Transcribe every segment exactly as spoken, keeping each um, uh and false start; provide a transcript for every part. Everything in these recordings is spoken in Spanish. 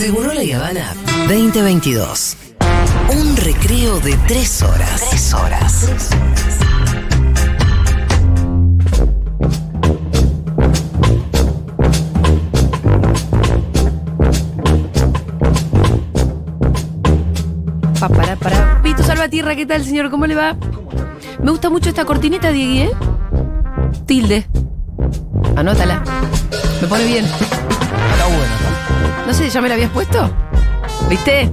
Segurola y Habana veinte veintidós. Un recreo de tres horas. Tres horas. Tres horas. Pa, para, para. Vito Salvatierra, ¿qué tal, señor? ¿Cómo le va? Me gusta mucho esta cortineta, Diegui, ¿eh? Tilde. Anótala. Me pone bien. Está bueno. No sé, ¿ya me la habías puesto? ¿Viste?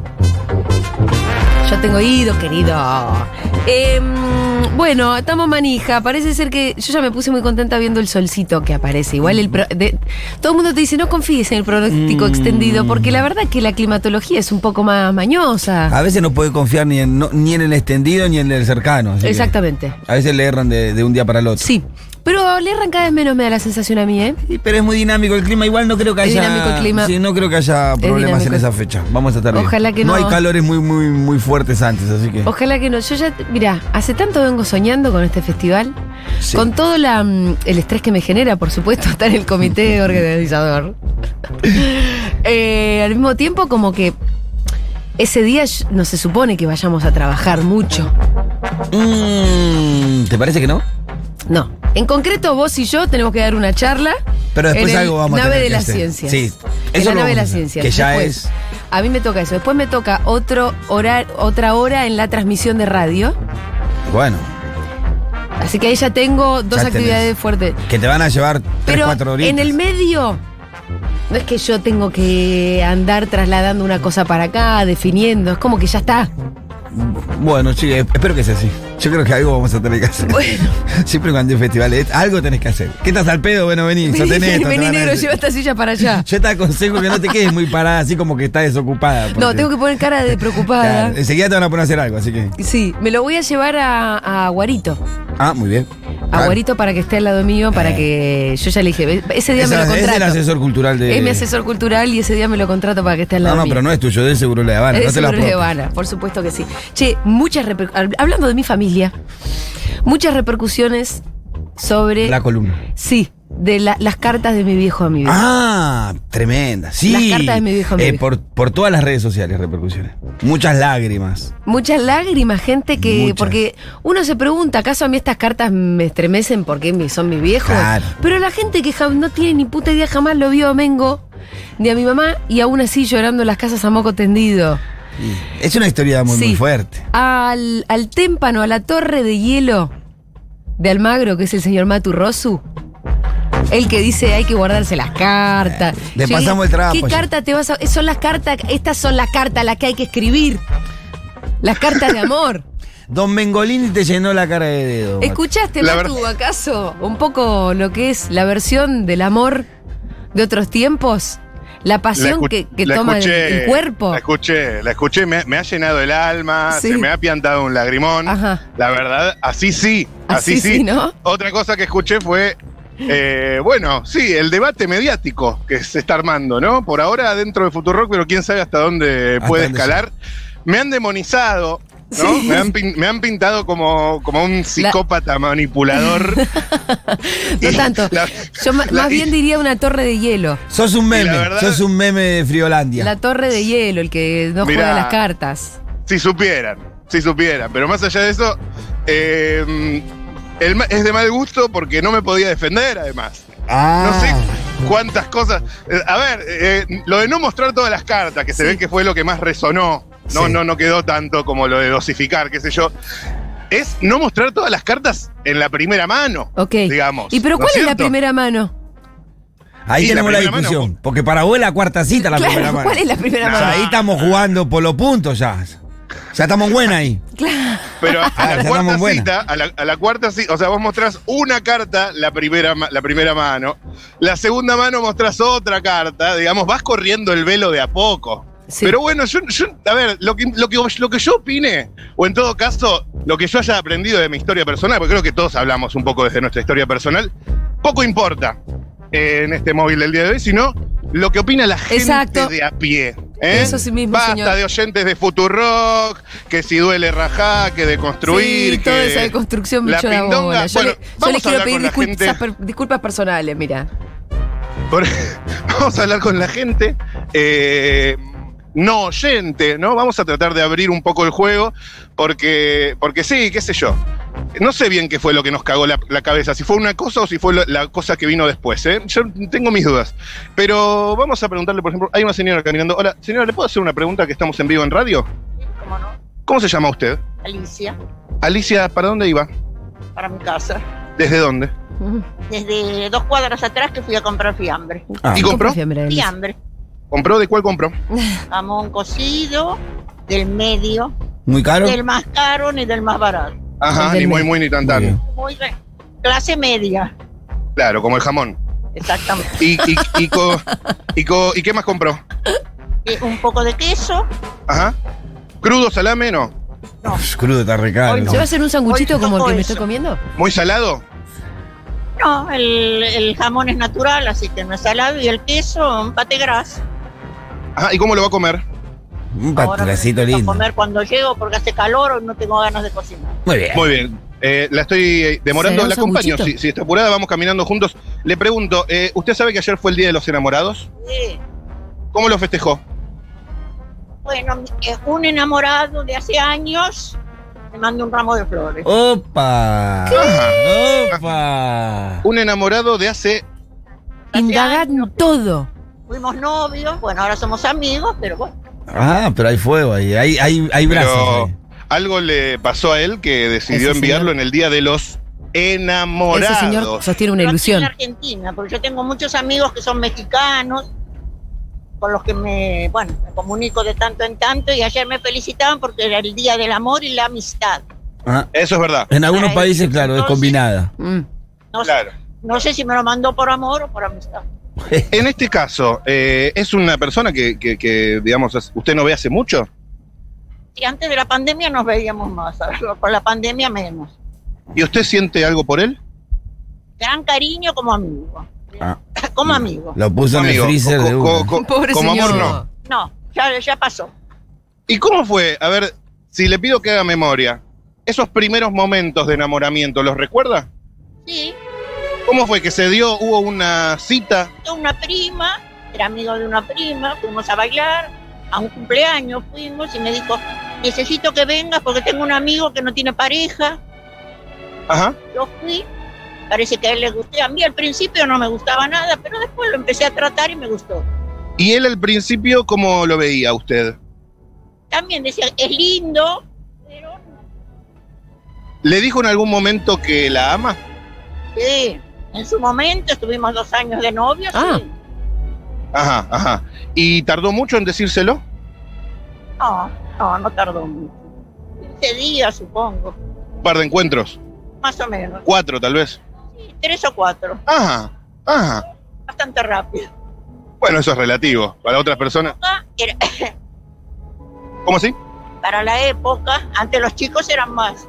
Yo tengo oído, querido. Eh, bueno, estamos manija. Parece ser que yo ya me puse muy contenta viendo el solcito que aparece. Igual el pro, de, todo el mundo te dice, no confíes en el pronóstico mm. extendido, porque la verdad que la climatología es un poco más mañosa. A veces no puede confiar ni en, no, ni en el extendido ni en el cercano. Exactamente. A veces le erran de, de un día para el otro. Sí. Pero le erran cada vez menos, me da la sensación a mí, ¿eh? Sí, pero es muy dinámico el clima. Igual no creo que haya. Es dinámico el clima. Sí, no creo que haya problemas en esa fecha. Vamos a estar bien. Ojalá que no. No hay calores muy, muy, muy fuertes antes, así que. Ojalá que no. Yo ya, mirá, hace tanto vengo soñando con este festival. Sí. Con todo la, el estrés que me genera, por supuesto, estar en el comité organizador. eh, al mismo tiempo, como que ese día no se supone que vayamos a trabajar mucho. Mm, ¿Te parece que no? No. En concreto, vos y yo tenemos que dar una charla. Pero después en el algo vamos a nave tener de que las hacer. ciencias. Sí. En Eso la lo nave de vamos a las hacer, ciencias. Que ya después, es. A mí me toca eso. Después me toca otro hora, otra hora en la transmisión de radio. Bueno. Así que ahí ya tengo dos Ya actividades tenés. fuertes. Que te van a llevar tres, Pero cuatro horitas. en el medio, no es que yo tengo que andar trasladando una cosa para acá, definiendo. Es como que ya está. Bueno, sí, espero que sea así. Yo creo que algo vamos a tener que hacer. Bueno. Siempre cuando hay festivales, algo tenés que hacer. ¿Qué estás al pedo? Bueno, vení, sostené esto. Vení, negro, lleva esta silla para allá. Yo te aconsejo que no te quedes muy parada, así como que estás desocupada. Porque, no, tengo que poner cara de preocupada. Claro, enseguida te van a poner a hacer algo, así que. Sí, me lo voy a llevar a, a Guarito. Ah, muy bien. A Claro. Guarito para que esté al lado mío, para que yo ya le dije, ese día Esa, me lo contrato. Es el asesor cultural de. Es mi asesor cultural y ese día me lo contrato para que esté al lado No, no, mío. pero no es tuyo, del Seguro de Habana. Es no te Seguro la de Habana, por supuesto que sí. Che, muchas repercusiones, hablando de mi familia, muchas repercusiones sobre... La columna. Sí, de la, las cartas de mi viejo amigo. Ah, tremenda. Sí. Las cartas de mi viejo amigo. Eh, por, por todas las redes sociales, repercusiones. Muchas lágrimas. Muchas lágrimas, gente que... Muchas. Porque uno se pregunta, ¿acaso a mí estas cartas me estremecen porque mi- son mis viejos? Claro. Pero la gente que jam- no tiene ni puta idea, jamás lo vio a Mengo, ni a mi mamá, y aún así llorando en las casas a moco tendido. Es una historia muy, Sí. muy fuerte. Al, al témpano, a la torre de hielo de Almagro, que es el señor Maturrosu. El que dice hay que guardarse las cartas. Le Yo pasamos digo, el trapo ¿Qué ya. carta te vas a...? Son las cartas, estas son las cartas las que hay que escribir. Las cartas de amor. Don Mengolini te llenó la cara de dedo. Matu. ¿Escuchaste, La Matu, verdad- acaso un poco lo que es la versión del amor de otros tiempos? La La pasión escu- que, que la toma el, escuché, el cuerpo. La escuché, la escuché, me, me ha llenado el alma, Sí. se me ha piantado un lagrimón. Ajá. La verdad, así sí, así, Así sí. sí, ¿no? Otra cosa que escuché fue, eh, bueno, sí, el debate mediático que se está armando, ¿no? Por ahora dentro de Futurock, pero quién sabe hasta dónde Hasta puede dónde escalar. Me han demonizado, ¿no? Sí. Me, han pin- me han pintado como, como un psicópata manipulador. No Y tanto. la- Yo ma- la- más bien diría una torre de hielo. Sos un Y meme, la verdad- sos un meme de Friolandia. La torre de hielo, el que no Mirá. juega las cartas. Si supieran, si supieran. Pero más allá de eso, eh, el ma- es de mal gusto porque no me podía defender, además. Ah. No sé cuántas cosas. eh, a ver, eh, lo de no mostrar todas las cartas, que se Sí. ve que fue lo que más resonó. No, Sí. no, no quedó tanto como lo de dosificar, qué sé yo. Es no mostrar todas las cartas en la primera mano. Ok. Digamos. ¿Y pero ¿no cuál es la cierto? primera mano? Ahí Y la tenemos la, primera discusión. mano. Porque para vos es la cuarta cita la Claro, primera mano. ¿cuál es la primera No. O sea, mano? ahí estamos jugando por los puntos ya. Ya estamos buena ahí. Pero a Ah, ya la estamos cuarta buena. cita, a la, a la cuarta cita, o sea, vos mostrás una carta, la primera, ma- la primera mano. La segunda mano mostrás otra carta, digamos, vas corriendo el velo de a poco. Sí. Pero bueno, yo, yo- a ver, lo que, lo, que, lo que yo opine, o en todo caso, lo que yo haya aprendido de mi historia personal, porque creo que todos hablamos un poco desde nuestra historia personal, poco importa eh, en este móvil del día de hoy, sino lo que opina la gente Exacto. de a pie. ¿eh? Eso sí mismo, Basta señor. de oyentes de Futurock, que si duele rajá, que de construir, Sí, que toda esa deconstrucción me la echó la pindonga. bola. Yo, Bueno, le, yo vamos les a quiero hablar pedir con la disculpas, gente. per- disculpas personales, mira. Por- vamos a hablar con la gente. Eh, no oyente, ¿no? Vamos a tratar de abrir un poco el juego, porque, porque sí, qué sé yo. No sé bien qué fue lo que nos cagó la, la cabeza, si fue una cosa o si fue lo, la cosa que vino después, ¿eh? Yo tengo mis dudas. Pero vamos a preguntarle, por ejemplo, hay una señora caminando. Hola, señora, ¿le puedo hacer una pregunta que estamos en vivo en radio? ¿Cómo no? ¿Cómo se llama usted? Alicia, Alicia, ¿para dónde iba? para mi casa. ¿Desde dónde? Desde dos cuadras atrás que fui a comprar fiambre. Ah. ¿Y compró? Fiambre, Alicia. Fiambre, ¿Compró? ¿De cuál compró? jamón cocido, del medio, ¿Muy caro? del más caro ni del más barato. Ajá, El del ni muy, medio. muy, ni tan, Muy tan. bien. Muy re- clase media, Claro, como el jamón. exactamente. ¿Y, y, y, co- y, co- ¿Y qué más compró? Eh, un poco de queso. Ajá. ¿Crudo, salame? No. No, Uf, crudo está re caro. Hoy ¿Se va a hacer un sanguchito Hoy como el tocó que me eso. estoy comiendo? ¿Muy salado? no, el, el jamón es natural, así que no es salado. Y el queso, un pate gras. Ajá, ¿y cómo lo va a comer? Un Ahora me patracito necesito lindo. comer cuando llego porque hace calor y no tengo ganas de cocinar. Muy bien. Muy bien. Eh, la estoy eh, demorando, ¿Será un la acompaño. sanguchito? Si, si está apurada, vamos caminando juntos. Le pregunto, eh, ¿usted sabe que ayer fue el Día de los Enamorados? Sí. ¿Cómo lo festejó? Bueno, eh, un enamorado de hace años me mandó un ramo de flores. ¡Opa! Ajá. ¡Opa! Un enamorado de hace... Indagar en todo. Fuimos novios, bueno, ahora somos amigos, pero bueno. Ah, pero hay fuego ahí. Hay, hay, hay brazos Pero ahí. algo le pasó a él que decidió Ese enviarlo señor. en el Día de los Enamorados. Ese señor sostiene una Pero aquí en ilusión. Argentina, porque yo tengo muchos amigos que son mexicanos, con los que me, bueno, me comunico de tanto en tanto, y ayer me felicitaban porque era el Día del Amor y la Amistad. Ah, Eso es verdad. en algunos Ay, países, claro, es entonces- combinada. Mm. No, Claro. sé, no sé si me lo mandó por amor o por amistad. En este caso, eh, ¿es una persona que, que, que, digamos, usted no ve hace mucho? Y antes de la pandemia nos veíamos más, ahora por la pandemia menos. ¿Y usted siente algo por él? Gran cariño como amigo. Ah, Como amigo. lo puso en el Amigo, freezer co- de co- uno. co- Pobre como señor. amor no. No, ya, ya pasó. ¿Y cómo fue? A ver, si le pido que haga memoria, esos primeros momentos de enamoramiento, ¿los recuerda? Sí, ¿Cómo fue que se dio? ¿Hubo una cita? tengo una prima, era amigo de una prima, fuimos a bailar, a un cumpleaños fuimos y me dijo, necesito que vengas porque tengo un amigo que no tiene pareja. Ajá. Yo fui, parece que a él le gusté, a mí al principio no me gustaba nada, pero después lo empecé a tratar y me gustó. ¿Y él al principio cómo lo veía usted? También decía, es lindo, pero ¿Le dijo en algún momento que la ama? sí, en su momento estuvimos dos años de novios. Ah. Sí. Ajá, ajá. ¿Y tardó mucho en decírselo? No, no, no tardó mucho. quince días, supongo, Un par de encuentros. más o menos. Cuatro, tal vez. Sí, tres o cuatro, Ajá, ajá. bastante rápido. Bueno, eso es relativo. Para otras personas. Ah, era- ¿Cómo así? para la época, antes los chicos eran más.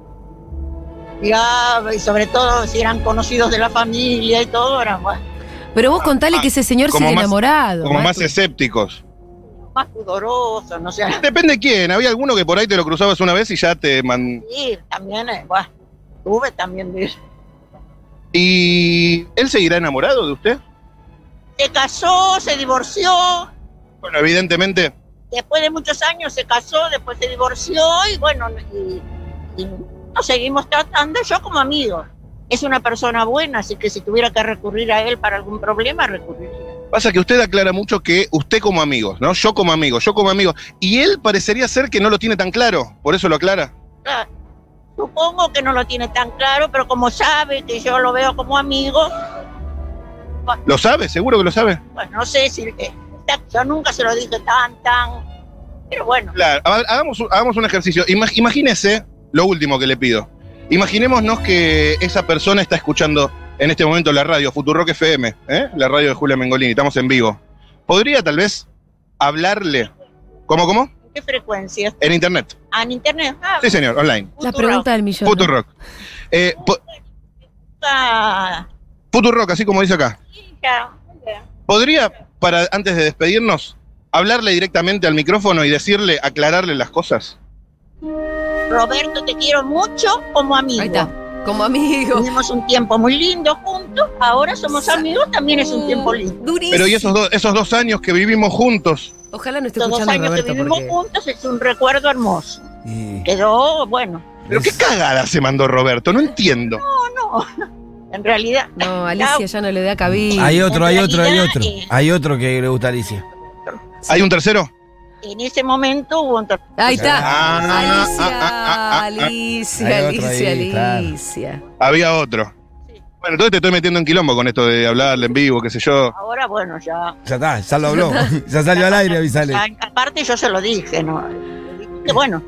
Ya, y sobre todo si eran conocidos de la familia y todo, eran más, Pero vos contale que ese señor como sigue más- enamorado. Como más Matu. escépticos. más pudorosos, no sé. Depende quién. Había alguno que por ahí te lo cruzabas una vez y ya te man... Sí, también, eh, bueno, tuve también de eso. ¿Y él seguirá enamorado de usted? Se casó, se divorció, Bueno, evidentemente. después de muchos años se casó, después se divorció y bueno, y, y nos seguimos tratando, yo como amigo. Es una persona buena, así que si tuviera que recurrir a él para algún problema, recurriría. Pasa que usted aclara mucho que usted como amigo, ¿no? Yo como amigo, yo como amigo. Y él parecería ser que no lo tiene tan claro. Por eso lo aclara. Claro, supongo que no lo tiene tan claro, pero como sabe que yo lo veo como amigo, ¿Lo sabe? ¿Seguro que lo sabe? pues no sé si eh, yo nunca se lo dije tan, tan, pero bueno, Claro. A ver, hagamos, un- hagamos un ejercicio. Ima- imagínese lo último que le pido. Imaginémonos que esa persona está escuchando en este momento la radio, Futurock F M, ¿eh? La radio de Julia Mengolini, estamos en vivo. ¿Podría tal vez hablarle? ¿Cómo, cómo? ¿qué frecuencia? En internet. Ah, en internet. Ah, Sí, señor, online. La Futurock. pregunta del millón. ¿no? Futurock. Eh, po- Ah, Futurock, así como dice acá. sí, ya, ya. ¿Podría, para antes de despedirnos, hablarle directamente al micrófono y decirle, aclararle las cosas? Roberto, te quiero mucho como amigo. Ahí está. Como amigo. Tuvimos un tiempo muy lindo juntos, ahora somos amigos, también es un tiempo lindo. Durísimo. Pero ¿y esos, dos esos dos años que vivimos juntos? Ojalá no esté Estos dos escuchando años que Roberto vivimos porque... juntos es un recuerdo hermoso. Y- Quedó, bueno, Pero qué cagada se mandó Roberto, no entiendo. no, en realidad. No, Alicia ya no le da cabida. Hay otro, hay otro, hay realidad, otro. eh, Hay otro que le gusta a Alicia. ¿Hay un tercero? En ese momento hubo un... Ahí está. Ah, Alicia, ah, ah, ah, ah. Alicia, Hay otro Alicia, ahí, claro. Alicia. Había otro. Sí. Bueno, entonces te estoy metiendo en quilombo con esto de hablarle en vivo, qué sé yo. Ahora, bueno, ya... Ya está, ya lo habló. Ya salió al aire, avisale. ya, aparte yo se lo dije, ¿no? Le dije que bueno,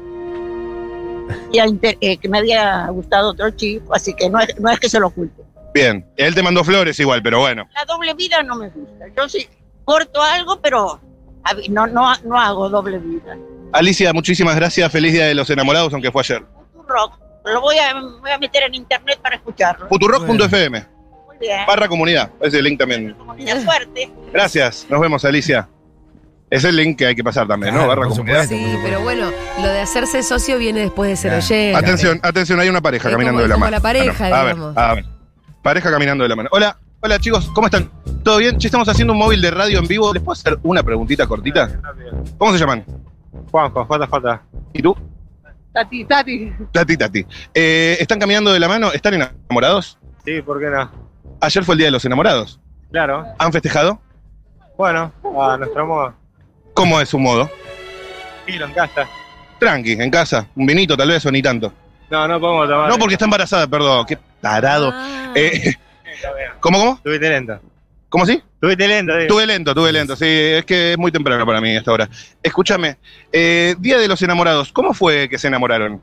ya inter- eh, que me había gustado otro chico, así que no es, no es que se lo oculte. Bien, él te mandó flores igual, pero bueno. La doble vida no me gusta. Yo sí corto algo, pero a vi- no, no, no hago doble vida. Alicia, muchísimas gracias. Feliz Día de los Enamorados, aunque fue ayer. Rock, lo voy a, me voy a meter en internet para escucharlo. Futurock punto f m, Muy bien. barra comunidad. Ese link también. Comunidad, suerte. Gracias, nos vemos, Alicia. Es el link que hay que pasar también, ¿no? Claro, Barra por comunidad. supuesto. Sí, pero bueno, lo de hacerse socio viene después de ser Claro. oyente. Atención, atención, hay una pareja Es caminando como- de la como mano. la pareja, Ah, no. a ver, digamos. a ver. Pareja caminando de la mano. Hola, hola chicos, ¿cómo están? ¿Todo bien? Che, estamos haciendo un móvil de radio en vivo. ¿Les puedo hacer una preguntita cortita? ¿Cómo se llaman? Juanjo, J J. ¿Y tú? Tati, Tati. Tati, Tati. Eh, ¿Están caminando de la mano? ¿Están enamorados? Sí, ¿por qué no? Ayer fue el Día de los Enamorados. Claro. ¿Han festejado? Bueno, a nuestro modo. ¿Cómo es su modo? Kilo en casa. Tranqui, en casa. Un vinito tal vez o ni tanto. No, no podemos tomar. No, porque está embarazada, perdón. Qué tarado. Ah. Eh, ¿Cómo, cómo? Tuviste lento. ¿Cómo sí? Tuviste lento, digo. Tuve lento, tuve lento. Sí, es que es muy temprano para mí hasta ahora. Escúchame, eh, Día de los Enamorados, ¿cómo fue que se enamoraron?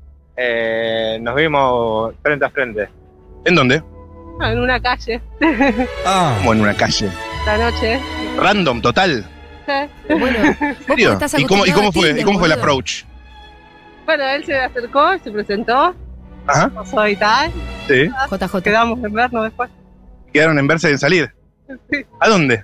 Eh, nos vimos frente a frente. ¿En dónde? En una calle, Ah, Como en una calle. la noche. Random, total. Bueno, ¿En vos serio? estás ¿Y cómo, y cómo acostumbrado a fue? ¿Y Tinder, cómo fue el boludo. approach? Bueno, él se acercó, se presentó, Ajá, pasó y tal. sí. J J. Quedamos en vernos después. Quedaron en verse y en salir. Sí. ¿A dónde?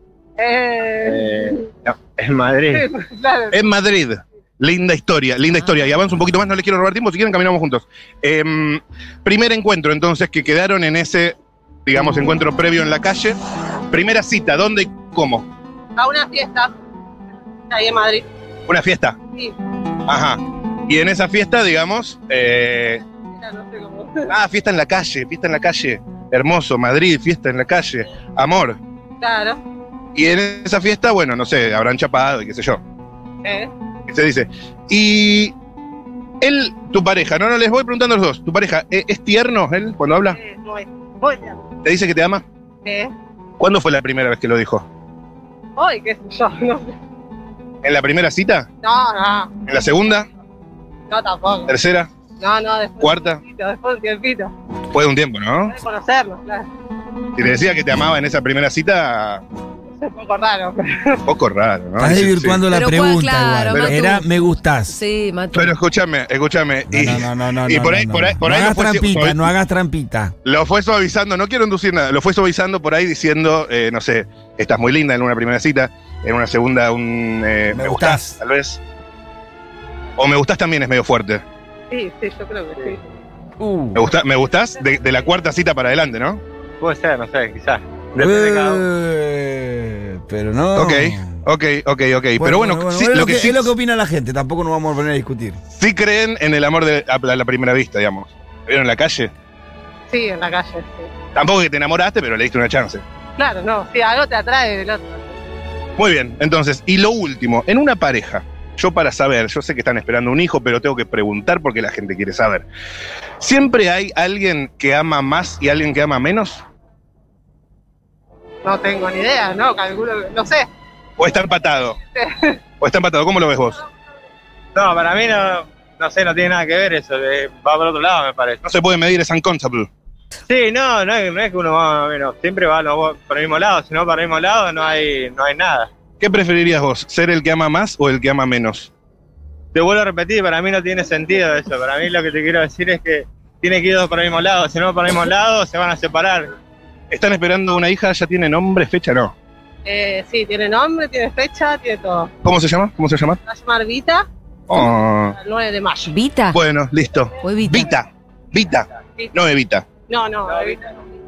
Eh, Eh, no, en Madrid. claro. En Madrid. Linda historia, linda historia. Y avanzo un poquito más, no les quiero robar tiempo, si quieren caminamos juntos. Em, primer encuentro, entonces, que quedaron en ese, digamos, encuentro previo en la calle. Primera cita, ¿dónde y cómo? A una fiesta. Ahí en Madrid. Una fiesta. Sí. Ajá. Y en esa fiesta, digamos, eh, Era, no sé cómo. ah, fiesta en la calle, fiesta en la calle. Hermoso, Madrid, fiesta en la calle. Amor. Claro. Y en esa fiesta, bueno, no sé, habrán chapado y qué sé yo. Eh. ¿Qué se dice? Y él, tu pareja, no, no, les voy preguntando a los dos. ¿Tu pareja eh, es tierno él cuando habla? Eh, no es. Voy ya. ¿Te dice que te ama? Eh. ¿Cuándo fue la primera vez que lo dijo? Hoy, qué sé yo. No sé. ¿En la primera cita? No, no. ¿En la segunda? No, tampoco. ¿Tercera? No, no, después. ¿Cuarta? De un tiempito, después de un tiempito. Fue de un tiempo, ¿no? Hay que conocerlo, claro. Si te decía que te amaba en esa primera cita, Es un poco raro. un poco raro, ¿no? estás Sí, sí. desvirtuando la Pero, pregunta. claro, igual. Matu. Era me gustás. Sí, Matu. Pero escúchame, escúchame. No, y no, no, no, no, y no, por ahí, no, por ahí, no. por No ahí lo hagas fue, trampita, suavi- no hagas trampita. lo fue suavizando, no quiero inducir nada, lo fue suavizando por ahí diciendo, eh, no sé, estás muy linda en una primera cita, en una segunda un eh, Me me, gustás. gustás, tal vez. O me gustás también es medio fuerte. Sí, sí, yo creo que sí. Uh. Me, gusta, me gustás de, de la cuarta cita para adelante, ¿no? Puede ser, no sé, quizás. Depende de cada uno. Eh, pero no. Ok, ok, ok, ok. Pero bueno, sí, es, lo lo que, que, sí, es lo que opina la gente, tampoco nos vamos a poner a discutir. sí creen en el amor de, a, la, la primera vista, digamos. ¿Te vieron en la calle? Sí, en la calle, sí. Tampoco que te enamoraste, pero le diste una chance. Claro, no, sí, algo te atrae del otro. Muy bien, entonces, y lo último, en una pareja, yo para saber, yo sé que están esperando un hijo, pero tengo que preguntar porque la gente quiere saber. ¿Siempre hay alguien que ama más y alguien que ama menos? No tengo ni idea, no, calculo, que- no sé. ¿O está empatado? ¿O está empatado? ¿Cómo lo ves vos? No, para mí no, no sé, no tiene nada que ver eso. eh, Va por otro lado, me parece. No se puede medir, es unconceivable. Sí, no, no es, no es que uno va, bueno, siempre va no, por el mismo lado. Si no, para el mismo lado no hay, no hay nada. ¿Qué preferirías vos? ¿Ser el que ama más o el que ama menos? Te vuelvo a repetir, para mí no tiene sentido eso. Para mí lo que te quiero decir es que tiene que ir dos por el mismo lado. Si no, por el mismo lado, se van a separar. ¿Están esperando una hija? ¿Ya tiene nombre, fecha? No. Eh, sí, tiene nombre, tiene fecha, tiene todo. ¿Cómo se llama? ¿Cómo se llama? Va a llamar Vita Oh, el nueve de mayo. ¿Vita? bueno, listo. ¿O Evita? Vita. Vita. No Evita. No, no, Vita.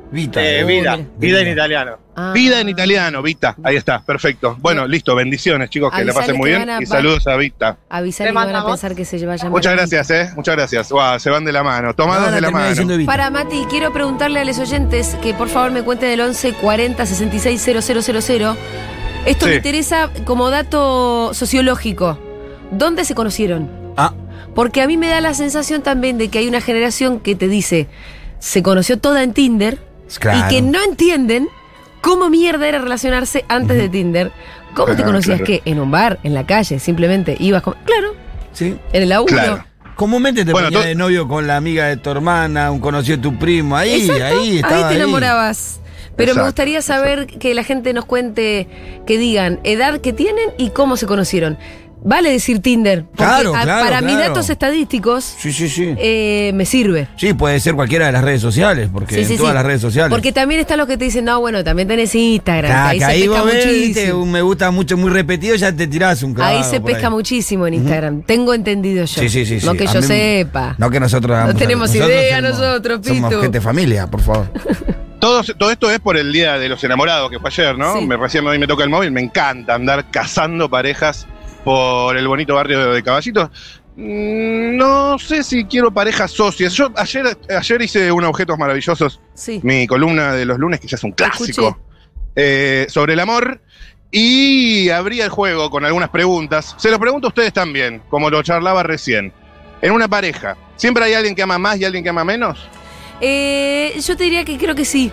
Vita. Eh, Uh, vida, mira. vida en italiano. Ah. Vida en italiano, Vita. Ahí está, perfecto. Bueno, listo, bendiciones, chicos, que la Avisale pasen muy que bien. van a- Y saludos a Vita. Avisale Te que van a mandamos. pensar que se vayan. Muchas gracias, eh. Muchas gracias. Guau, se van de la mano. No, Tomados van a de la terminar mano. diciendo Vita. Para Mati, quiero preguntarle a los oyentes que por favor me cuenten el once cuarenta sesenta y seis cero cero cero cero. Esto Sí. me interesa como dato sociológico. ¿Dónde se conocieron? Ah, Porque a mí me da la sensación también de que hay una generación que te dice, se conoció toda en Tinder claro. y que no entienden cómo mierda era relacionarse antes de Tinder. ¿Cómo te Ah, conocías? claro. ¿Qué? ¿En un bar? ¿En la calle? Simplemente ibas con... Claro, Sí. en el laburo. Claro. Comúnmente te Bueno, ponías to- de novio con la amiga de tu hermana, un conocido de tu primo. Ahí, Exacto, ahí, estaba te enamorabas. Pero me Exacto, gustaría saber que la gente nos cuente, que digan edad que tienen y cómo se conocieron. Vale decir Tinder, porque Claro, a- claro, para mis claro. datos estadísticos Sí, sí, sí. eh, me sirve. Sí, puede ser cualquiera de las redes sociales, porque Sí, en sí, todas sí. las redes sociales. Porque también están los que te dicen, no, bueno, también tenés Instagram, Claro, que ahí que se ahí pesca vos ves, viste, muchísimo. un me gusta mucho, muy repetido, ya te tirás un clavado Ahí se por pesca muchísimo en Instagram. Tengo entendido yo. Sí, sí, sí. No sí. que A yo mí- sepa. No que nosotros hagamos No tenemos algo. idea somos- nosotros, Somos Pitu. gente familia, por favor. Todo, todo esto es por el Día de los Enamorados, que fue ayer, ¿no? Sí. Me, recién hoy me toca el móvil. Me encanta andar cazando parejas por el bonito barrio de Caballitos. Mm, No sé si quiero parejas socias. Yo ayer, ayer hice unos objetos maravillosos, Sí. mi columna de los lunes, que ya es un clásico, Escuché. eh, sobre el amor. Y abrí el juego con algunas preguntas. Se los pregunto a ustedes también, como lo charlaba recién. En una pareja, ¿siempre hay alguien que ama más y alguien que ama menos? Eh, yo te diría que creo que sí.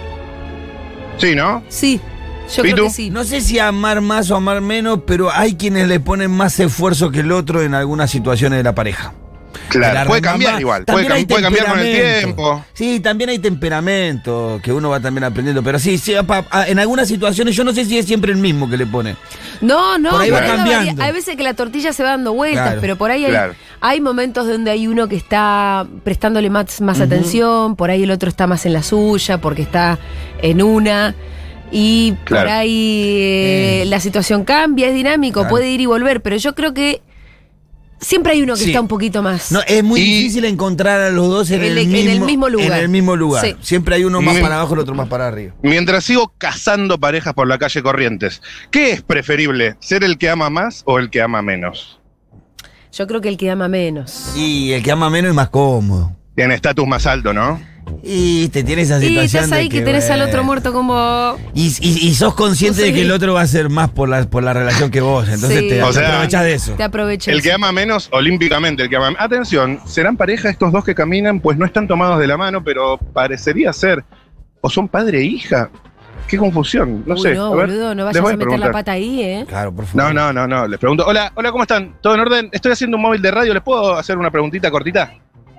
Sí, ¿no? Sí. Yo ¿Y creo tú? que sí. No sé si amar más o amar menos, pero hay quienes le ponen más esfuerzo que el otro en algunas situaciones de la pareja. Claro, La puede remama- cambiar igual, puede, también hay cam- puede cambiar con el temperamento. tiempo. Sí, también hay temperamento que uno va también aprendiendo, pero sí, sí, pa- a- en algunas situaciones yo no sé si es siempre el mismo que le pone. No, no, Por ahí va varía. cambiando. Hay veces que la tortilla se va dando vueltas, Claro, pero por ahí hay, claro. hay momentos donde hay uno que está prestándole más, más atención, por ahí el otro está más en la suya, porque está en una. Y Claro. por ahí eh, Eh. la situación cambia, es dinámico, Claro. puede ir y volver, pero yo creo que siempre hay uno que Sí. está un poquito más. No, es muy Y- difícil encontrar a los dos en, En el, el- mismo, en el mismo lugar. En el mismo lugar. Sí. Siempre hay uno más Mi- para abajo, el otro más para arriba. Mientras sigo cazando parejas por la calle Corrientes, ¿qué es preferible? ¿Ser el que ama más o el que ama menos? Yo creo que el que ama menos. Y el que ama menos es más cómodo. Tiene estatus más alto, ¿no? Y te tiene esa Y situación. estás ahí de que, tenés al bueno, otro muerto como... Y, y- y sos consciente Vos de que seguís. el otro va a ser más por la, por la relación que vos. Entonces Sí. te, O te sea, aprovechás de eso. Te aprovechas. El que ama menos, olímpicamente, el que ama... Atención, ¿serán pareja estos dos que caminan? Pues no están tomados de la mano, pero parecería ser. ¿O son padre e hija? Qué confusión, no Uy, sé. no, a ver, boludo, no les vayas voy a meter la preguntar. pata ahí, ¿eh? Claro, por favor. No, no, no, no, les pregunto. Hola, hola, ¿cómo están? ¿Todo en orden? Estoy haciendo un móvil de radio, ¿les puedo hacer una preguntita cortita?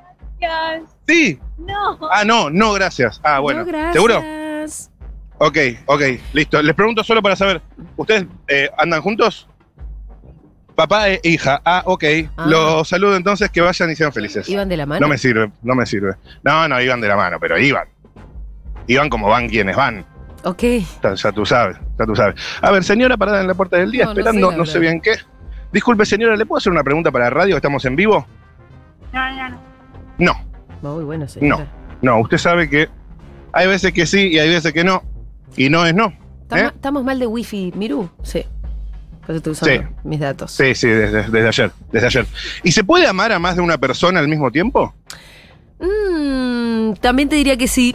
Sí. No. Ah, no, no, gracias. Ah, bueno. No, gracias. ¿Seguro? Ok, ok, listo. Les pregunto solo para saber, ¿ustedes eh, andan juntos? Papá e hija. Ah, ok. Ah. Los saludo entonces, que vayan y sean felices. ¿Iban de la mano? No me sirve, no me sirve. No, no, iban de la mano, pero iban. Iban como van quienes van. Ok. Ya, ya tú sabes, ya tú sabes. A ver, señora parada en la puerta del día, No, no esperando, sé, no la sé, verdad. bien qué. Disculpe, señora, ¿le puedo hacer una pregunta para la radio? ¿Estamos en vivo? No, no, no. No, Muy bueno, señora. no. Usted sabe que hay veces que sí y hay veces que no. Y no es no. ¿Estamos, ¿Eh? estamos mal de wifi, Miru? Sí. Por eso estoy usando Sí. mis datos. Sí, sí, desde, desde ayer, desde ayer. ¿Y se puede amar a más de una persona al mismo tiempo? Mm, también te diría que sí.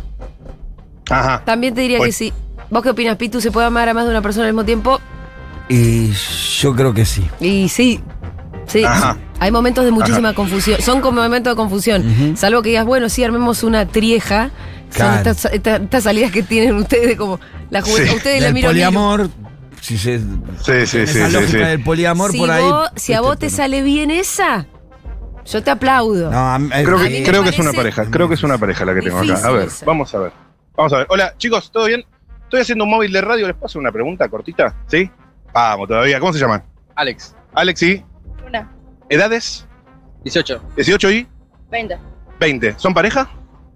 Ajá. También te diría Bueno. que sí. ¿Vos qué opinas, Pitu? ¿Se puede amar a más de una persona al mismo tiempo? Y yo creo que sí. Y sí. Sí. Ajá. Hay momentos de muchísima confusión. Son como momentos de confusión. Ujú. Salvo que digas, bueno, sí, armemos una trieja. Son Claro. estas, estas- estas salidas que tienen ustedes como la juventud. Sí. Ustedes la Del miran. poliamor, si se, Sí, sí, sí, esa sí, lógica sí. del poliamor Si, por ahí. vos- si a viste, vos te pero- sale bien esa, yo te aplaudo. No, a mí- Creo a que, mí me creo que es una parece pareja, creo que es una pareja la que tengo acá. A difícil ver, esa. vamos a ver. Vamos a ver. Hola, chicos, ¿todo bien? Estoy haciendo un móvil de radio, ¿les puedo hacer una pregunta cortita? ¿Sí? Vamos, todavía. ¿Cómo se llaman? Alex, Alex y Una. edades, dieciocho. dieciocho y Veinte. veinte. ¿Son pareja?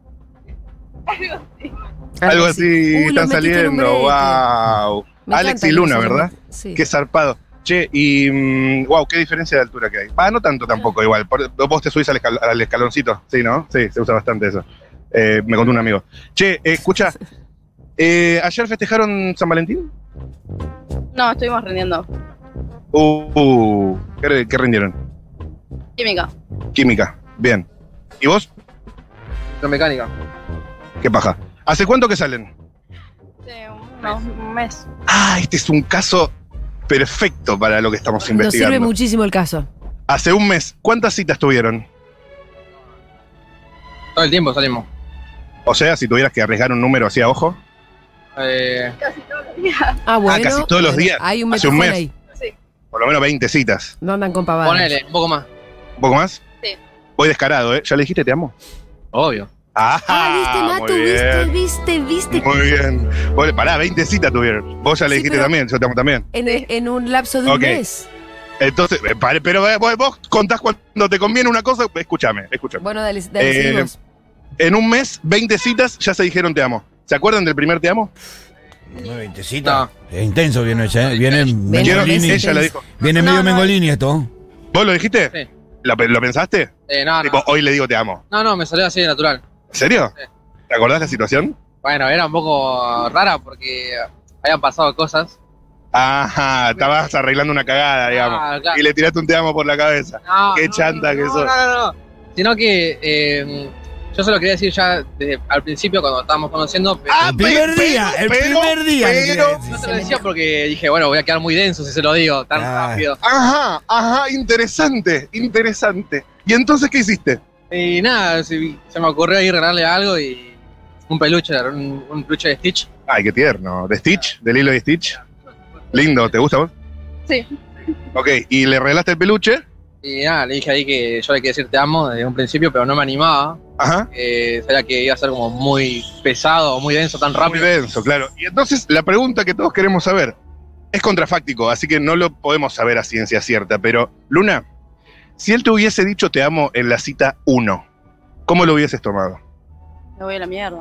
Algo Algo así, Uy, los están metiste en un saliendo. brete. Wow. Me Alex encanta y que Luna, los ¿verdad? hombres- Sí. Qué zarpado. Che, y mm, wow, qué diferencia de altura que hay. Ah, no tanto tampoco, igual. Por- vos te subís al, escal- al escaloncito, sí, ¿no? Sí, se usa bastante eso. Eh, me contó un amigo. Che, eh, escucha, eh, ¿ayer festejaron San Valentín? No, estuvimos rindiendo. Uh, uh, ¿qué, qué rindieron? Química. Química, bien. ¿Y vos? Mecánica. ¿Qué paja? ¿Hace cuánto que salen? Sí, unos, un mes. Ah, este es un caso perfecto para lo que estamos Nos investigando. sirve muchísimo el caso. Hace un mes, ¿cuántas citas tuvieron? Todo el tiempo salimos. O sea, si tuvieras que arriesgar un número así a ojo. Eh, Casi todos los días. Ah, bueno. casi todos los bueno, días. Hay un Hace un metajón mes. ahí. Sí. Por lo menos veinte citas. No andan con pavadas. ponele, un poco más. ¿Un poco más? Sí. Voy descarado, ¿eh? ¿Ya le dijiste te amo? Obvio. Ah, Ah, viste, Matu, muy viste, bien. viste, viste. Muy bien. Bueno, pará, veinte citas tuvieron. Vos ya le Sí, dijiste pero- también, yo te amo también. En, en un lapso de un Ok. mes. Entonces, eh, pare, pero eh, vos, vos contás cuando te conviene una cosa, escúchame, escúchame. Bueno, dale, dale, Eh, seguimos. En un mes, veinte citas ya se dijeron te amo. ¿Se acuerdan del primer te amo? No, veintecita. Es intenso viene ella, ¿eh? Viene Quiero- Mengolini. ella lo dijo. Viene No, medio no. Mengolini esto. ¿Vos lo dijiste? Sí. ¿Lo, lo pensaste? Eh, no, Tipo, no. hoy le digo te amo. No, no, me salió así de natural. ¿En serio? Sí. ¿Te acordás la situación? Bueno, era un poco rara porque habían pasado cosas. Ajá, estabas arreglando una cagada, digamos. Ah, claro. Y le tiraste un te amo por la cabeza. No, Qué no, chanta no, que no, sos. No, no, no. Sino que eh, yo se lo quería decir ya desde al principio cuando estábamos conociendo, pero Ah, El primer pe- día, el pero- primer día. le pero- quería decir. no te lo decía porque dije, bueno, voy a quedar muy denso si se lo digo tan Ah. rápido. Ajá, ajá, interesante, interesante. ¿Y entonces qué hiciste? Y nada, se, se me ocurrió ahí regalarle algo y un peluche, un, un peluche de Stitch. Ay, qué tierno. ¿De Stitch? ¿De Lilo y Stitch? Lindo, ¿te gusta vos? Sí. Ok, y le regalaste el peluche. Y nada, le dije ahí que yo le quería decir te amo desde un principio, pero no me animaba. Ajá. Eh, sabía que iba a ser como muy pesado o muy denso tan Muy rápido. denso, claro. Y entonces la pregunta que todos queremos saber es contrafáctico, así que no lo podemos saber a ciencia cierta, pero Luna, si él te hubiese dicho te amo en la cita uno, ¿cómo lo hubieses tomado? Me voy a la mierda.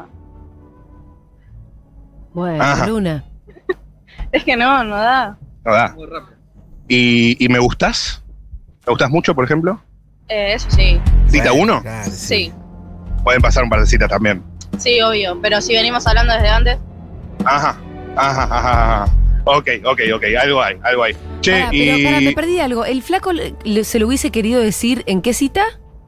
Bueno, Ajá. Luna. Es que no, no da. No da. Muy rápido. ¿Y, y me gustás? ¿Me gustás mucho, por ejemplo? Eh, eso sí. ¿Cita Bueno, uno? claro, Sí. Pueden pasar un par de citas también. Sí, obvio. Pero si venimos hablando desde antes, Ajá, ajá, ajá, ajá. Ok, ok, ok, algo hay, algo hay. Che, Pará, y... pero pará, me perdí algo. ¿El flaco le- le- se lo hubiese querido decir en qué cita?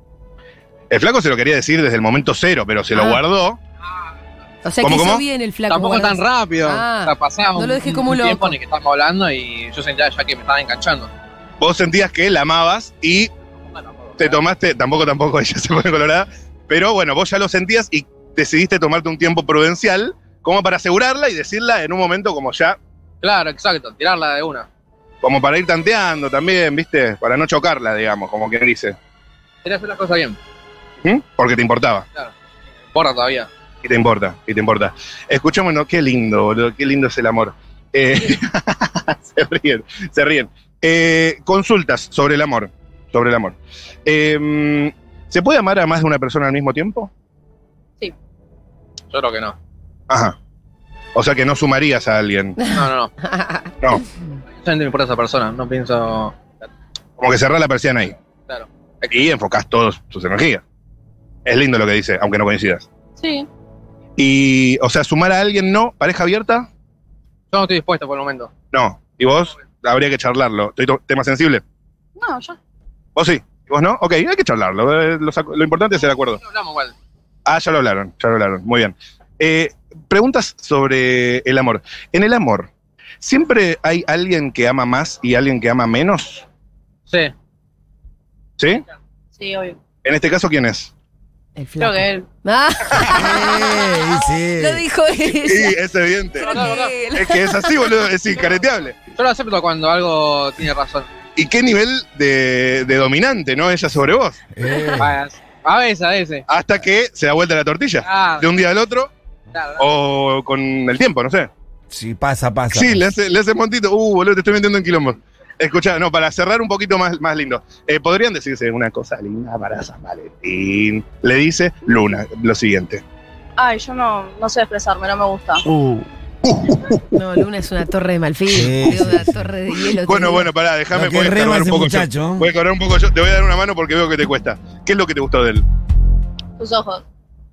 El flaco se lo quería decir desde el momento cero, pero se lo Ah. guardó. O sea, ¿Cómo, que hizo cómo? bien el flaco. Tampoco tan guardas- rápido. Ah, o sea, pasaba no un, lo dejé como un loco. tiempo en el que estábamos hablando y yo sentía ya que me estaba enganchando. Vos sentías que la amabas y te tomaste, tampoco, tampoco, ella se pone colorada, pero bueno, vos ya lo sentías y decidiste tomarte un tiempo prudencial como para asegurarla y decirla en un momento como ya, Claro, exacto, tirarla de una. como para ir tanteando también, ¿viste? Para no chocarla, digamos, como quien dice. Quería hacer las cosas bien. ¿Mm? Porque te importaba. Porra todavía. Y te importa, y te importa. Escuchémonos, qué lindo, boludo, qué lindo es el amor. Eh, se ríen, se ríen. Eh, consultas sobre el amor, sobre el amor. Eh, ¿Se puede amar a más de una persona al mismo tiempo? Yo creo que no. Ajá. O sea que no sumarías a alguien. No, no, no. No, Solamente me importa esa persona, no pienso. como que cerrás la persiana ahí. Claro. Y enfocás todas tus energías. Es lindo lo que dice, aunque no coincidas. sí. Y, o sea, sumar a alguien no, pareja abierta, Yo no estoy dispuesto por el momento. no. ¿Y vos? Habría que charlarlo. ¿Estoy to- ¿Tema sensible? No, ya. ¿Vos sí? ¿Y vos no? Ok, hay que charlarlo. Eh, Lo, saco- lo importante es el acuerdo. No hablamos igual. Ah, ya lo hablaron, ya lo hablaron. Muy bien. Eh, preguntas sobre el amor. En el amor, ¿siempre hay alguien que ama más y alguien que ama menos? Sí. ¿Sí? Sí, obvio. En este caso, ¿quién es? El flaco. Creo que él. Ah, Sí, sí. lo dijo Sí, ella. es evidente. Creo que él. Es que es así, boludo, es incareteable. Yo lo acepto cuando algo tiene razón. ¿Y qué nivel de, de dominante, no? Ella sobre vos. Eh, A veces, a veces. Hasta que se da vuelta la tortilla. Ah, De un día al otro, claro. o con el tiempo, no sé. sí, pasa, pasa. Sí, le hace, le hace montito. Uh, boludo, te estoy metiendo en quilombos. Escuchá, no, para cerrar un poquito más, más lindo. Eh, ¿Podrían decirse una cosa linda para San Valentín? Le dice Luna lo siguiente. Ay, yo no, no sé expresarme, no me gusta. Uh, No, Luna es una torre de marfil. Sí, Digo, sí, una sí. torre de hielo. te Bueno, digo. bueno, pará, déjame Lo que voy a rema cargar un ese poco muchacho. yo. Voy a cargar un poco yo. Te voy a dar una mano porque veo que te cuesta. ¿Qué es lo que te gustó de él? Tus ojos.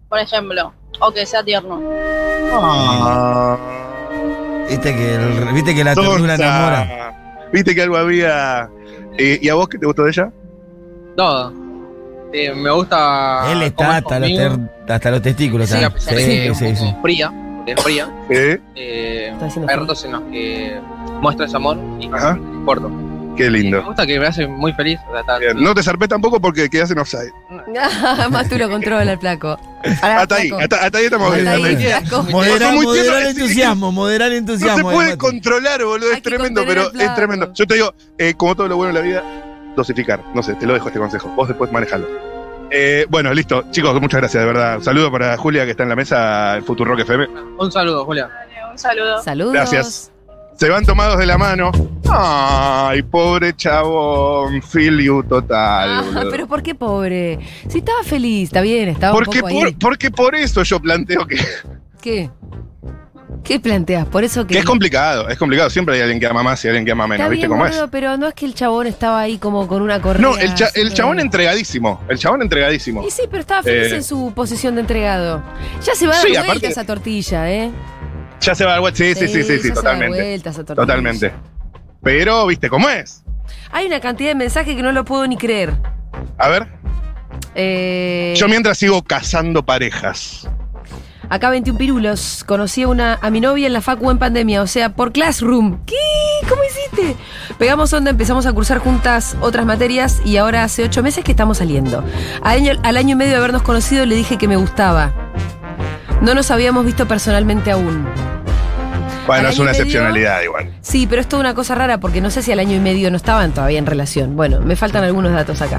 Por ejemplo. O que sea tierno. Ah. Viste que, el- viste que la ternura enamora. Sonsa. Viste que algo había. Eh, ¿Y a vos qué te gustó de ella? Todo. Eh, me gusta. Él está cómo es hasta los, conmigo. ter- hasta los testículos. Sí, ¿sabes? a pesar de Sí, que es sí, un sí. poco fría, porque es fría. ¿Eh? Eh, Está haciendo hay frío. ratos en los que muestra ese amor y Ajá. no importa. Qué Me lindo. gusta que me hace muy feliz. O sea, está- Bien, no te zarpé tampoco porque quedás en offside. Más tú lo controla el flaco. Pará, Hasta ahí, flaco. hasta, hasta ahí estamos Hasta bien. ahí, hasta ahí. flaco. Moderar, Pasó muy moderar tierno, el sí. entusiasmo, moderar el No entusiasmo. se puede Mati. controlar, boludo, Hay es que tremendo, contener pero el flaco. es tremendo. Yo te digo, eh, como todo lo bueno en la vida, dosificar. No sé, te lo dejo este consejo. Vos después manejalo. Eh, bueno, listo. Chicos, muchas gracias, de verdad. Un saludo para Julia, que está en la mesa, el Futurock F M. Un saludo, Julia. Un saludo. Saludos. Gracias. Se van tomados de la mano. Ay, pobre chabón. Feel you total, Ah, boludo. pero ¿por qué pobre? Si estaba feliz, está bien, estaba Porque un poco por, ahí. porque por eso yo planteo que, ¿Qué? ¿Qué planteas? Por eso que... que es complicado. Es complicado. Siempre hay alguien que ama más y alguien que ama Está menos. ¿Viste bien, cómo boludo, es? pero no es que el chabón estaba ahí como con una correa. No, el, cha- el súper- chabón entregadísimo. El chabón entregadísimo. Y sí, pero estaba feliz Eh. en su posición de entregado. Ya se va a dar Sí, vuelta aparte- esa tortilla, ¿eh? Ya se va a dar vuelta. Sí, sí, sí, sí, ya sí, se va a dar totalmente. vuelta esa tortilla. Totalmente. Pero, ¿viste cómo es? Hay una cantidad de mensajes que no lo puedo ni creer. A ver. Eh, Yo mientras sigo cazando parejas. Acá veintiún pirulos. Conocí a, una, a mi novia en la facu en pandemia, o sea, por Classroom. ¿Qué? ¿Cómo hiciste? Pegamos onda, empezamos a cursar juntas otras materias y ahora hace ocho meses que estamos saliendo. Al año, al año y medio de habernos conocido le dije que me gustaba. No nos habíamos visto personalmente aún. Bueno, Al es año una y medio- excepcionalidad igual. Sí, pero es toda una cosa rara porque no sé si al año y medio no estaban todavía en relación. Bueno, me faltan algunos datos acá.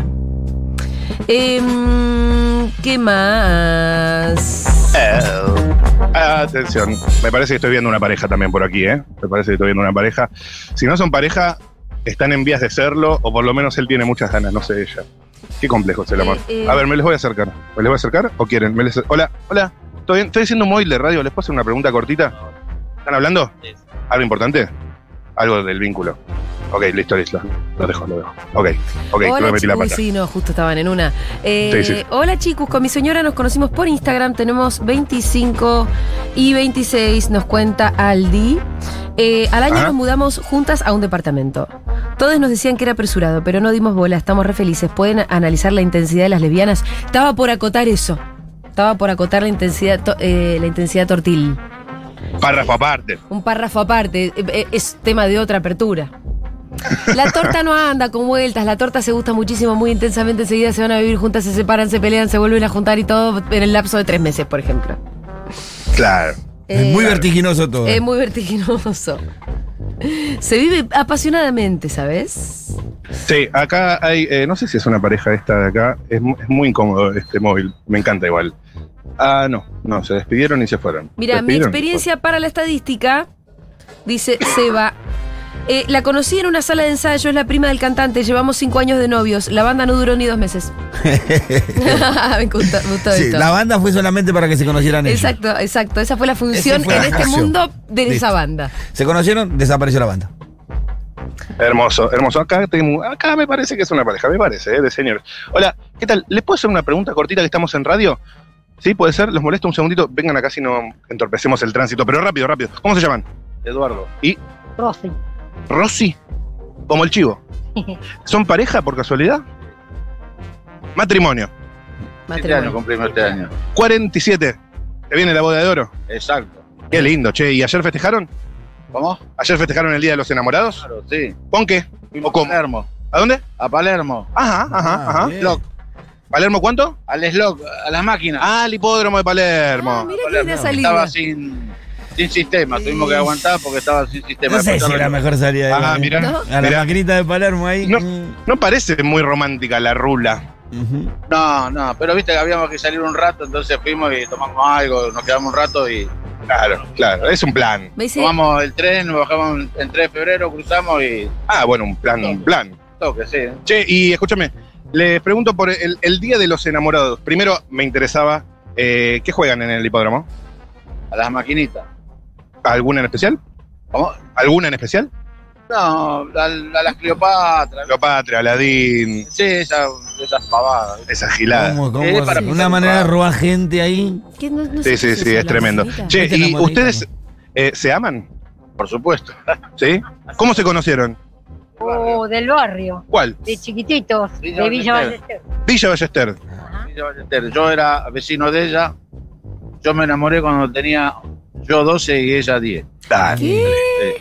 Em, ¿Qué más? Eh, atención, me parece que estoy viendo una pareja también por aquí, ¿eh? Me parece que estoy viendo una pareja. Si no son pareja, están en vías de serlo, o por lo menos él tiene muchas ganas, no sé ella. Qué complejo es el amor. Eh, eh. A ver, me les voy a acercar. ¿Me les voy a acercar o quieren? ¿Me les- Hola, hola. ¿Todo bien? Estoy haciendo un móvil de radio, ¿les puedo hacer una pregunta cortita? ¿Están hablando? ¿Algo importante? Algo del vínculo. Ok, listo, listo. Lo dejo, lo dejo. Ok, ok, no Hola, me metí la chicos. pata. Sí, no, justo estaban en una. Eh, Sí, sí. Hola, chicos. Con mi señora nos conocimos por Instagram. Tenemos veinticinco y veintiséis, nos cuenta Aldi. Eh, al año Ajá. nos mudamos juntas a un departamento. Todos nos decían que era apresurado, pero no dimos bola. Estamos re felices. Pueden analizar la intensidad de las lesbianas. Estaba por acotar eso. Estaba por acotar la intensidad, to- eh, la intensidad tortil. Párrafo aparte. Un párrafo aparte. eh, eh, Es tema de otra apertura. La torta no anda con vueltas, la torta se gusta muchísimo, muy intensamente, enseguida se van a vivir juntas, se separan, se pelean, se vuelven a juntar y todo en el lapso de tres meses, por ejemplo. Claro. Es Eh, muy vertiginoso todo. Es muy vertiginoso. Se vive apasionadamente, ¿sabes? Sí, acá hay, eh, no sé si es una pareja esta de acá, es, mu- es muy incómodo este móvil, me encanta igual. Ah, no, no, se despidieron y se fueron. Mira, Se mi despidieron y se experiencia para la estadística, dice Seba. eh, la conocí en una sala de ensayo, es la prima del cantante, llevamos cinco años de novios, la banda no duró ni dos meses. me gustó, me gustó Sí, esto. la banda fue solamente para que se conocieran ellos. Exacto, exacto. Esa fue la función Ese fue en la este función. mundo de esa Listo. banda. Se conocieron, desapareció la banda. fueron. Hermoso, hermoso. Acá, tengo- acá me parece que es una pareja, me parece, eh, de señores. Hola, ¿qué tal? ¿Les puedo hacer una pregunta cortita que estamos en radio? ¿Sí? ¿Puede ser? ¿Los molesto un segundito? Vengan acá si no entorpecemos el tránsito, pero rápido, rápido. ¿Cómo se llaman? Eduardo. ¿Y? Rosy. Rosy. Como el chivo. ¿Son pareja por casualidad? Matrimonio. Matrimonio. cumplimos este año. cuarenta y siete. ¿Te viene la boda de oro? Exacto. Qué lindo, che. ¿Y ayer festejaron? ¿Cómo? ¿Ayer festejaron el Día de los Enamorados? Claro, sí. ¿Con qué? Fuimos ¿O cómo? a Palermo. ¿A dónde? A Palermo. Ajá, ajá, Ah, ajá. bien. Slot. ¿Palermo cuánto? Al slot, a las máquinas. Ah, el hipódromo de Palermo. Ah, mira qué Palermo. linda salida. Estaba sin, sin sistema. Tuvimos que aguantar porque estaba sin sistema. No sé Después si era todo- mejor salida. Ah, igual. mirá. ¿No? A la Mirá. maquinita de Palermo ahí. No. mm, No parece muy romántica la rula. ujú. No, no, pero viste que habíamos que salir un rato, entonces fuimos y tomamos algo, nos quedamos un rato y Claro, claro. Es un plan. Me dice, tomamos el tren, nos bajamos en tres de febrero, cruzamos y Ah, bueno, un plan, un plan. toque, sí. Che, y escúchame, les pregunto por el, el Día de los Enamorados. Primero me interesaba, eh, ¿qué juegan en el hipódromo? A las maquinitas. ¿Alguna en especial? ¿Cómo? ¿Alguna en especial? No, a, a las Cleopatra. Cleopatra, Aladín, Sí, esa- esas pavadas. esa gilada. ¿Cómo, cómo? Eh, para Una pisar manera de un robar gente ahí. ¿Qué? No- no Sí, sé sí, qué sí, eso, es la tremendo. monedita. Che, Mete la ¿y monedita, ustedes eh, se aman? Por supuesto. ¿Sí? ¿Cómo se conocieron? O del barrio, ¿Cuál? de chiquititos, Villa de Villa Ballester. Ballester. Villa Ballester. Villa Ballester. Yo era vecino de ella. Yo me enamoré cuando tenía yo doce y ella diez. Dale. Sí.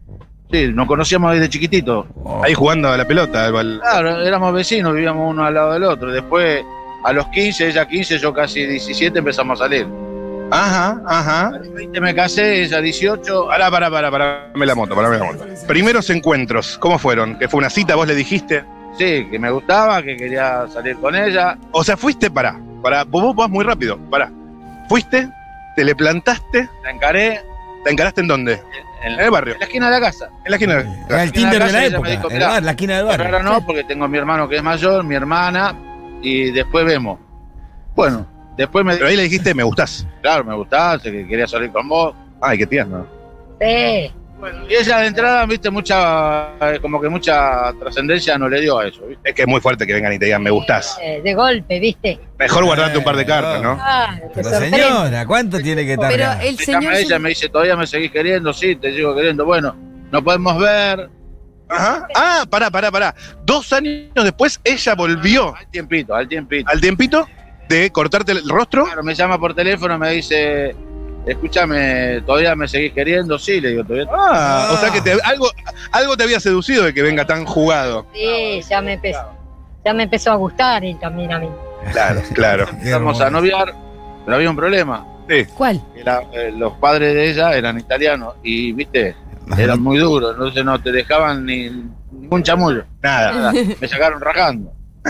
Sí, nos conocíamos desde chiquitito. Ahí jugando a la pelota. al- Claro, éramos vecinos, vivíamos uno al lado del otro. Después, a los quince, ella quince, yo casi diecisiete, empezamos a salir. Ajá, ajá. A los veinte me casé, ella dieciocho. Pará, pará, pará, parame la moto, parame la moto. Primeros encuentros, ¿cómo fueron? ¿Que fue una cita, vos le dijiste? Sí, que me gustaba, que quería salir con ella. O sea, fuiste, pará, pará, vos, vos vas muy rápido, pará. Fuiste, te le plantaste, La encaré ¿la encaraste en dónde? en, En el barrio, en la esquina de la casa. en la esquina. Era el en Tinder la de casa la ella época. me dijo, el mirá, bar, la esquina del Pero barrio. ahora no, porque tengo a mi hermano que es mayor, mi hermana, y después vemos. Bueno, después me... Pero ahí le dijiste, me gustás. Claro, me gustaba, que quería salir con vos. Ay, qué tierno. Sí, Y ella de entrada, viste, mucha, eh, como que mucha trascendencia no le dio a eso, ¿viste? Es que es muy fuerte que vengan y te digan, me gustás. eh, de golpe, ¿viste? Mejor guardarte un par de cartas, ¿no? Ah, te Pero sorprende. señora, ¿cuánto tiene que Pero tardar? el Me señor. llama ella, me dice, ¿todavía me seguís queriendo? Sí, te sigo queriendo. Bueno, no podemos ver. Ajá. Ah, pará, pará, pará. Dos años después, ella volvió Al tiempito, al tiempito. al tiempito de cortarte el rostro. Claro, me llama por teléfono, me dice, escúchame, ¿todavía me seguís queriendo? Sí, le digo, todavía. Ah, o sea que te- algo, algo te había seducido de que venga tan jugado. Sí, ya me empezó, ya me empezó a gustar y también a mí. Claro, claro. Empezamos a noviar, pero había un problema. ¿Cuál? que la- eh, los padres de ella eran italianos y, viste, eran muy duros, entonces no te dejaban ni ningún chamullo. Nada. Nada, me sacaron rajando.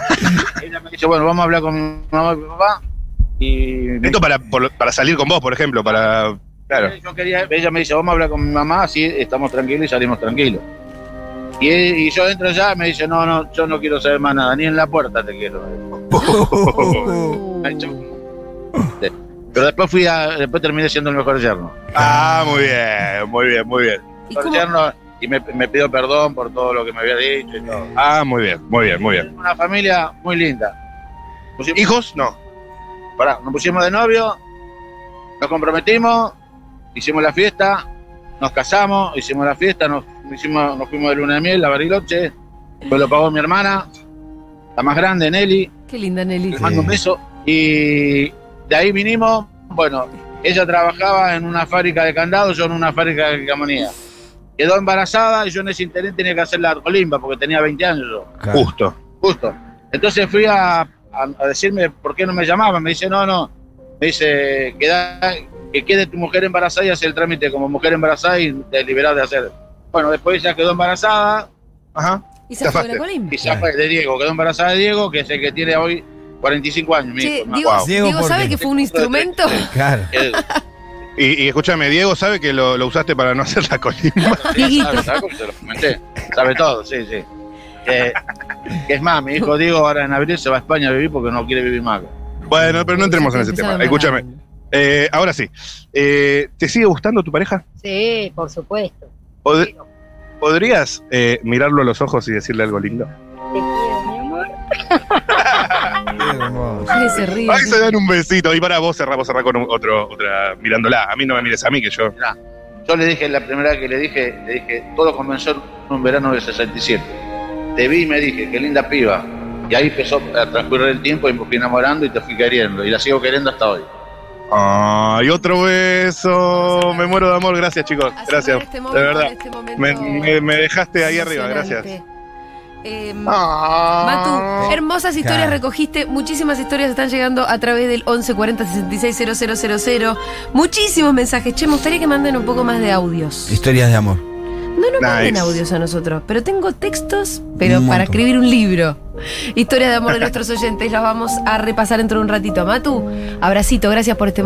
Ella me dice, bueno, vamos a hablar con mi mamá y mi papá. Y me- Esto para, por- para salir con vos, por ejemplo, para. Claro. yo quería, ella me dice, vamos a hablar con mi mamá, así estamos tranquilos y salimos tranquilos. Y, y yo entro allá y me dice, no, no, yo no quiero saber más nada, ni en la puerta te quiero. Me ha hecho- Pero después fui a, después terminé siendo el mejor yerno. Ah, muy bien, muy bien, muy bien. ¿Y Mejor cómo? yerno, y me, me pidió perdón por todo lo que me había dicho y todo. Ah, muy bien, muy bien, muy bien. Una familia muy linda. Pusimos- ¿Hijos? No. Pará, nos pusimos de novio, nos comprometimos, hicimos la fiesta, nos casamos, hicimos la fiesta, nos, hicimos, nos fuimos de luna de miel a Bariloche, pues lo pagó mi hermana, la más grande, Nelly, Qué linda Nelly. le mando un beso. Y de ahí vinimos, bueno, ella trabajaba en una fábrica de candados, yo en una fábrica de camonía. Quedó embarazada y yo en ese interín tenía que hacer la colimba porque tenía veinte años yo. Claro. Justo. Justo. Entonces fui a, a- a decirme por qué no me llamaban. Me dice, no, no. Me dice, queda, que quede tu mujer embarazada y hace el trámite como mujer embarazada y te liberás de hacer. Bueno, después ella quedó embarazada. Ajá. ¿Y se fue de la Zafaste. colimba? Y se fue de Diego. Quedó embarazada de Diego, que es el que tiene hoy cuarenta y cinco años. mi Che, hijo, ¿no? Diego, Wow. Diego, Diego, ¿por ¿sabe qué? que fue un instrumento? Claro. Que- Y, y escúchame, Diego sabe que lo, lo usaste para no hacer la colimba. Dieguito. sabe, sabe porque se lo comenté. Sabe todo, sí, sí. Que, que es más, mi hijo Diego ahora en abril se va a España a vivir porque no quiere vivir más. Bueno, pero no entremos en ese tema. Escúchame. Eh, ahora sí. Eh, ¿Te sigue gustando tu pareja? Sí, por supuesto. Pod- ¿Podrías eh, mirarlo a los ojos y decirle algo lindo? Te quiero, mi amor. Qué hermoso. Ay, se ríe. Ahí se dan un besito. Y para vos cerrá, vos cerrá con un- otro, otra mirándola. A mí no me mires a mí, que yo. Mirá, yo le dije, la primera vez que le dije, le dije, todo comenzó en un verano del sesenta y siete. Te vi y me dije, qué linda piba. Y ahí empezó a transcurrir el tiempo y me fui enamorando y te fui queriendo. Y la sigo queriendo hasta hoy. Ay, otro beso. Me muero de amor. Gracias, chicos. A Gracias. cerrar este De momento, verdad. este momento Me, me- me dejaste ahí arriba. emocionante. Gracias. Eh, Ah. Matu, hermosas historias Claro. recogiste, muchísimas historias están llegando a través del once cuarenta sesenta y seis cero cero cero cero. Muchísimos mensajes. Che, me gustaría que manden un poco más de audios. Historias de amor. No nos manden Nice. audios a nosotros, pero tengo textos, pero Un para montón. escribir un libro. Historias de amor de nuestros oyentes, las vamos a repasar dentro de un ratito. Matu, abracito, gracias por este